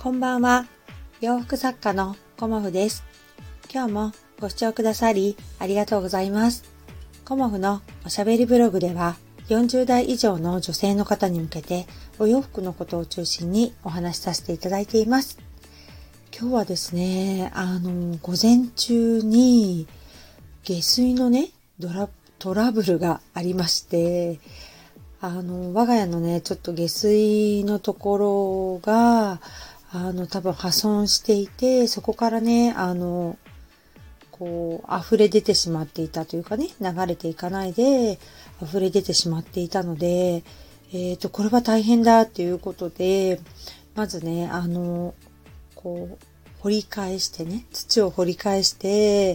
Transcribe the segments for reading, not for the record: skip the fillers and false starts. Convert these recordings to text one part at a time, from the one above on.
こんばんは。洋服作家のコモフです。今日もご視聴くださりありがとうございます。コモフのおしゃべりブログでは40代以上の女性の方に向けてお洋服のことを中心にお話しさせていただいています。今日はですね、午前中に下水のね、トラブルがありまして、我が家のね、ちょっと下水のところが、多分破損していて、そこからね、溢れ出てしまっていたというかね、流れていかないで、溢れ出てしまっていたので、これは大変だっていうことで、まずね、掘り返してね、土を掘り返して、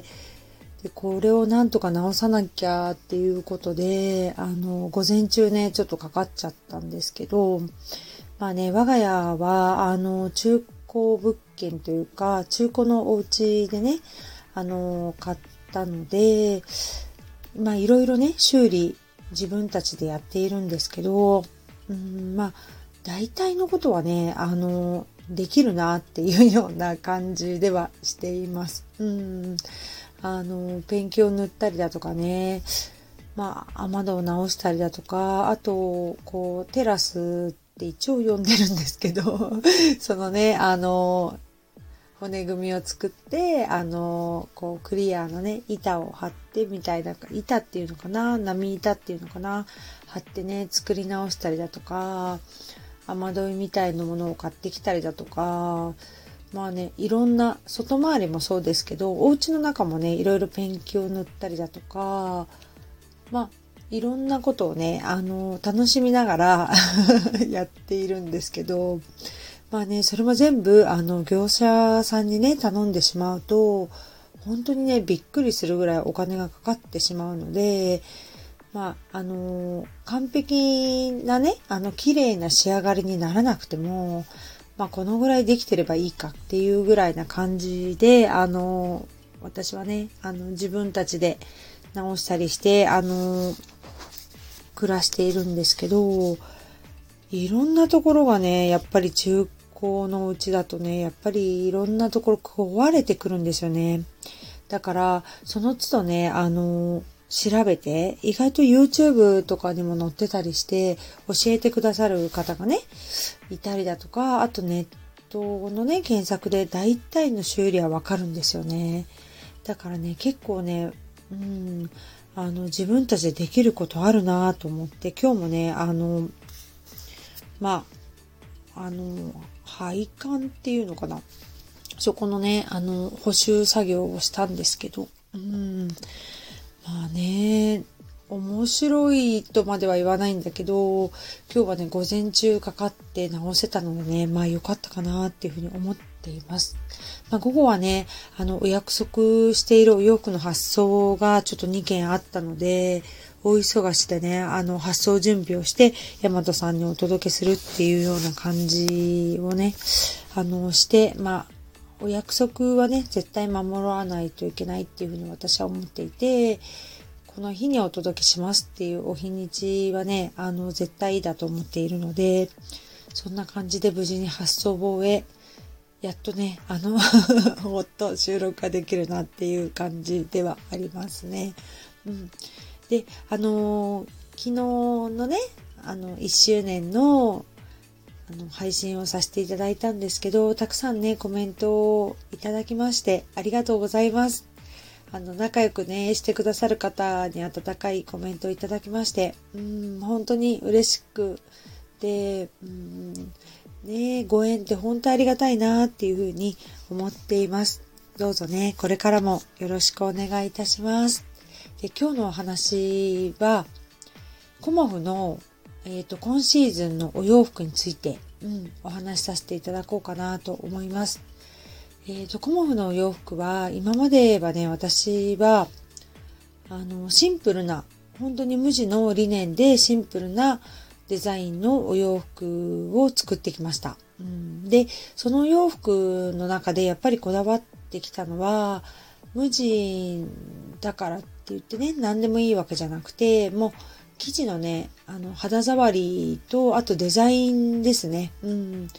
でこれをなんとか直さなきゃっていうことで、午前中ね、ちょっとかかっちゃったんですけど、まあね、我が家は、中古物件というか、中古のお家でね、買ったので、まあいろいろね、修理自分たちでやっているんですけど、まあ、大体のことはね、できるなっていうような感じではしています。ペンキを塗ったりだとかね、まあ、雨戸を直したりだとか、あと、テラスって一応呼んでるんですけど、そのね、骨組みを作って、クリアのね、板を張ってみたいな、板っていうのかな、波板っていうのかな、張ってね、作り直したりだとか、雨どいみたいなものを買ってきたりだとか、まあね、いろんな、外回りもそうですけど、お家の中もね、いろいろペンキを塗ったりだとか、まあ、いろんなことをね、楽しみながらやっているんですけど、まあね、それも全部、業者さんにね、頼んでしまうと、本当にね、びっくりするぐらいお金がかかってしまうので、まあ、完璧なね、綺麗な仕上がりにならなくても、まあ、このぐらいできてればいいかっていうぐらいな感じで、私はね、自分たちで直したりして、暮らしているんですけど、いろんなところがね、やっぱり中古のうちだとね、やっぱりいろんなところ壊れてくるんですよね。だから、その都度ね、調べて、意外と YouTube とかにも載ってたりして、教えてくださる方がね、いたりだとか、あとネットのね、検索で大体の修理はわかるんですよね。だからね、結構ね、自分たちでできることあるなと思って、今日もね、配管っていうのかな。そこのね、補修作業をしたんですけど、まあね、面白いとまでは言わないんだけど、今日はね、午前中かかって直せたのでね、まあ良かったかなっていうふうに思っています。まあ午後はね、お約束しているお洋服の発送がちょっと2件あったので、大忙しでね、発送準備をして、大和さんにお届けするっていうような感じをね、して、まあ、お約束はね、絶対守らないといけないっていうふうに私は思っていて、この日にお届けしますっていうお日にちはね、絶対だと思っているので、そんな感じで無事に発送を終え、やっとね、もっと収録ができるなっていう感じではありますね。で、昨日のね、1周年の配信をさせていただいたんですけど、たくさんね、コメントをいただきまして、ありがとうございます。仲良くね、してくださる方に温かいコメントをいただきまして、本当に嬉しくて、ね、ご縁って本当ありがたいなっていうふうに思っています。どうぞね、これからもよろしくお願いいたします。で、今日のお話は、コモフの今シーズンのお洋服について、お話しさせていただこうかなと思います。コモフのお洋服は、今まではね、私は、シンプルな、本当に無地のリネンでシンプルなデザインのお洋服を作ってきました。で、そのお洋服の中でやっぱりこだわってきたのは、無地だからって言ってね、何でもいいわけじゃなくて、もう、生地のね、肌触りと、あとデザインですね。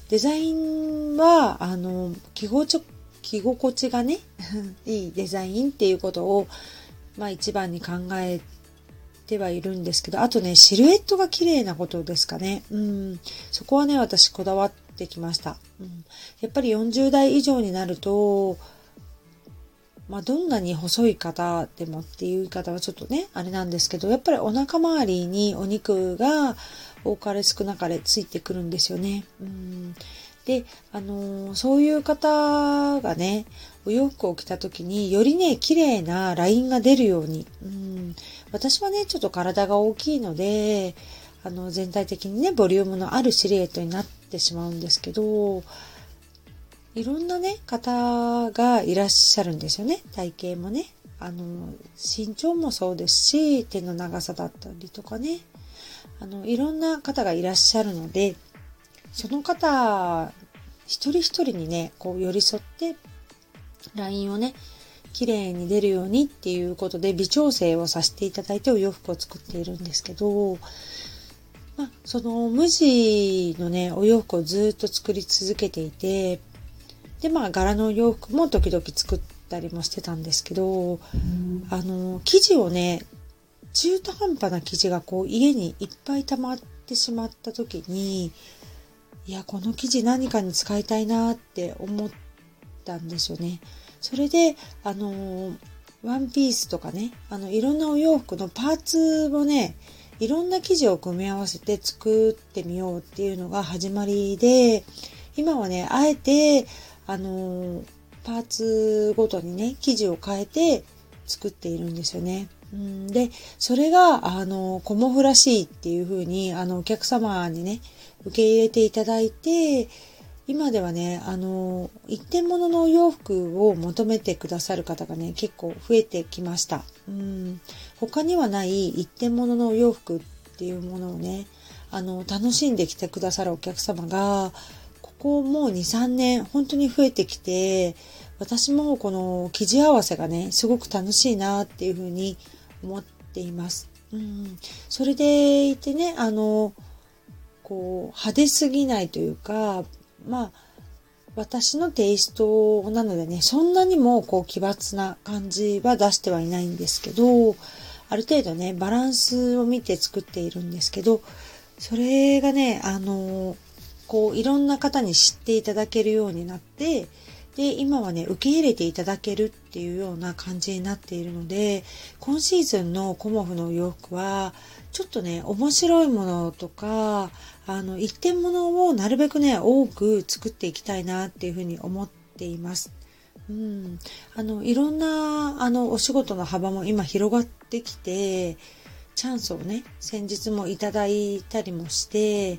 デザインは、着心地がね、いいデザインっていうことを、一番に考えてはいるんですけど、あとね、シルエットが綺麗なことですかね。そこはね、私こだわってきました。やっぱり40代以上になると、どんなに細い方でもっていう言い方はちょっとね、あれなんですけど、やっぱりお腹周りにお肉が多かれ少なかれついてくるんですよね。で、そういう方がね、お洋服を着た時によりね、綺麗なラインが出るように。私はね、ちょっと体が大きいので、全体的にね、ボリュームのあるシルエットになってしまうんですけど、いろんなね、方がいらっしゃるんですよね。体型もね。身長もそうですし、手の長さだったりとかね。いろんな方がいらっしゃるので、その方、一人一人にね、こう寄り添って、ラインをね、綺麗に出るようにっていうことで微調整をさせていただいてお洋服を作っているんですけど、その無地のね、お洋服をずっと作り続けていて、で、柄のお洋服も時々作ったりもしてたんですけど、生地をね、中途半端な生地がこう家にいっぱい溜まってしまった時に、いや、この生地何かに使いたいなって思ったんですよね。それで、ワンピースとかね、いろんなお洋服のパーツをね、いろんな生地を組み合わせて作ってみようっていうのが始まりで、今はね、あえて、パーツごとにね、生地を変えて作っているんですよね。で、それが、コモフらしいっていう風に、お客様にね、受け入れていただいて、今ではね、一点物のお洋服を求めてくださる方がね、結構増えてきました。他にはない一点物のお洋服っていうものをね、楽しんできてくださるお客様が、ここもう2、3年本当に増えてきて、私もこの生地合わせがね、すごく楽しいなっていうふうに思っています。それでいてね、こう派手すぎないというか、私のテイストなのでね、そんなにもこう奇抜な感じは出してはいないんですけど、ある程度ね、バランスを見て作っているんですけど、それがね、こういろんな方に知っていただけるようになって、で、今はね、受け入れていただけるっていうような感じになっているので、今シーズンのコモフのお洋服は、ちょっとね、面白いものとか、一点物をなるべくね、多く作っていきたいなっていうふうに思っています。いろんな、お仕事の幅も今広がってきて、チャンスをね、先日もいただいたりもして、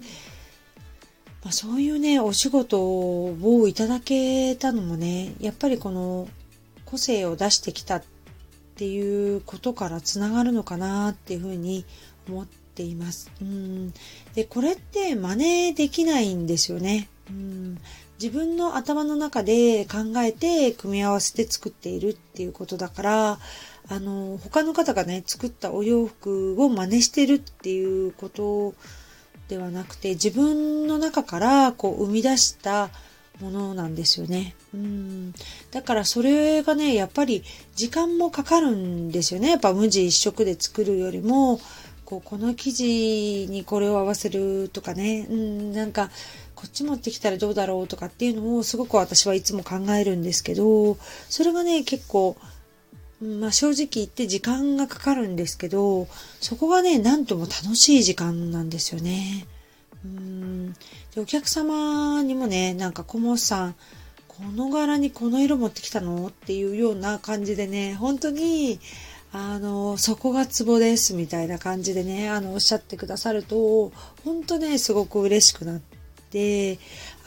そういうね、お仕事をいただけたのもね、やっぱりこの個性を出してきたっていうことからつながるのかなっていうふうに思っています。で、これって真似できないんですよね。自分の頭の中で考えて組み合わせて作っているっていうことだから、他の方がね、作ったお洋服を真似してるっていうことではなくて、自分の中からこう生み出したものなんですよね。だからそれがね、やっぱり時間もかかるんですよね。やっぱ無地一色で作るよりも、この生地にこれを合わせるとかね、なんかこっち持ってきたらどうだろうとかっていうのをすごく私はいつも考えるんですけど、それがね、結構正直言って時間がかかるんですけど、そこがね、なんとも楽しい時間なんですよね。で、お客様にもね、なんか小本さん、この柄にこの色持ってきたのっていうような感じでね、本当に、そこがツボですみたいな感じでね、おっしゃってくださると、本当ね、すごく嬉しくなって、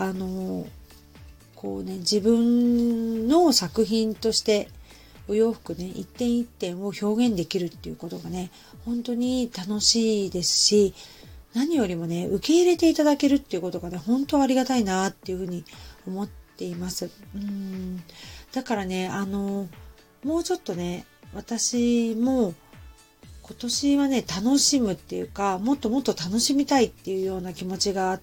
こうね、自分の作品として、お洋服ね、一点一点を表現できるっていうことがね、本当に楽しいですし、何よりもね、受け入れていただけるっていうことがね、本当ありがたいなっていうふうに思っています。だからね、もうちょっとね、私も今年はね、楽しむっていうか、もっともっと楽しみたいっていうような気持ちがあって、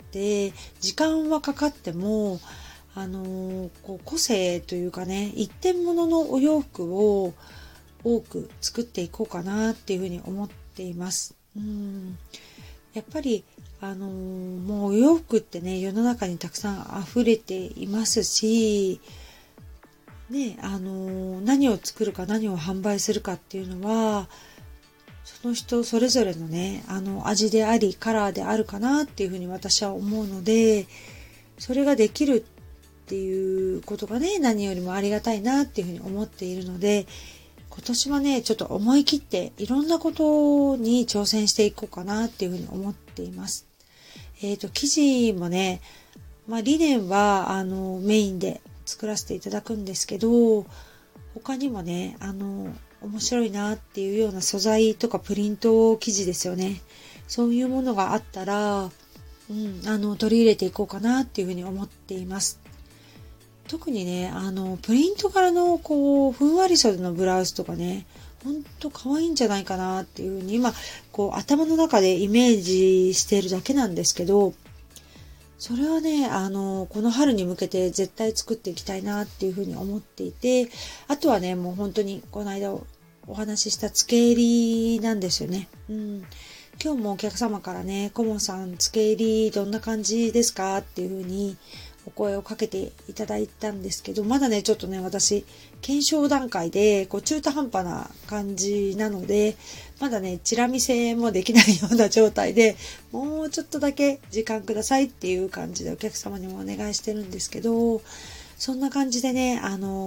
時間はかかっても、個性というかね、一点物のお洋服を多く作っていこうかなっていうふうに思っています。やっぱり、もうお洋服ってね、世の中にたくさん溢れていますし、ね、何を作るか何を販売するかっていうのは、その人それぞれのね、味であり、カラーであるかなっていうふうに私は思うので、それができるっていうことがね、何よりもありがたいなっていうふうに思っているので、今年はね、ちょっと思い切っていろんなことに挑戦していこうかなっていうふうに思っています。生地もね、リネンはメインで作らせていただくんですけど、他にもね、面白いなっていうような素材とかプリント生地ですよね。そういうものがあったら、取り入れていこうかなっていうふうに思っています。特にね、プリント柄のふんわり袖のブラウスとかね、ほんと可愛いんじゃないかなっていうふうに今、頭の中でイメージしているだけなんですけど、それはね、この春に向けて絶対作っていきたいなっていうふうに思っていて、あとはね、もう本当にこの間お話しした付け入りなんですよね。今日もお客様からね、コモさん付け入りどんな感じですかっていうふうにお声をかけていただいたんですけど、まだね、ちょっとね、私、検証段階で、中途半端な感じなので、まだね、チラ見せもできないような状態で、もうちょっとだけ時間くださいっていう感じでお客様にもお願いしてるんですけど、そんな感じでね、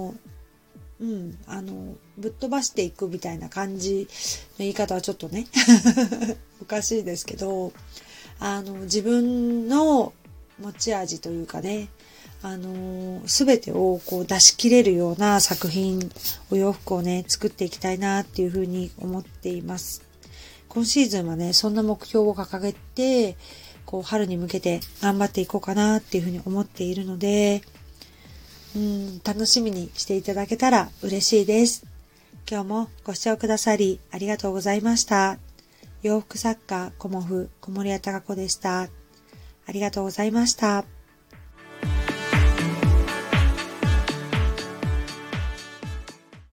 ぶっ飛ばしていくみたいな感じの言い方はちょっとね、おかしいですけど、自分の持ち味というかね、すべてを出し切れるような作品、お洋服をね、作っていきたいなっていうふうに思っています。今シーズンはね、そんな目標を掲げて、春に向けて頑張っていこうかなっていうふうに思っているので、楽しみにしていただけたら嬉しいです。今日もご視聴くださりありがとうございました。洋服作家コモフ小森屋隆子でした。ありがとうございました。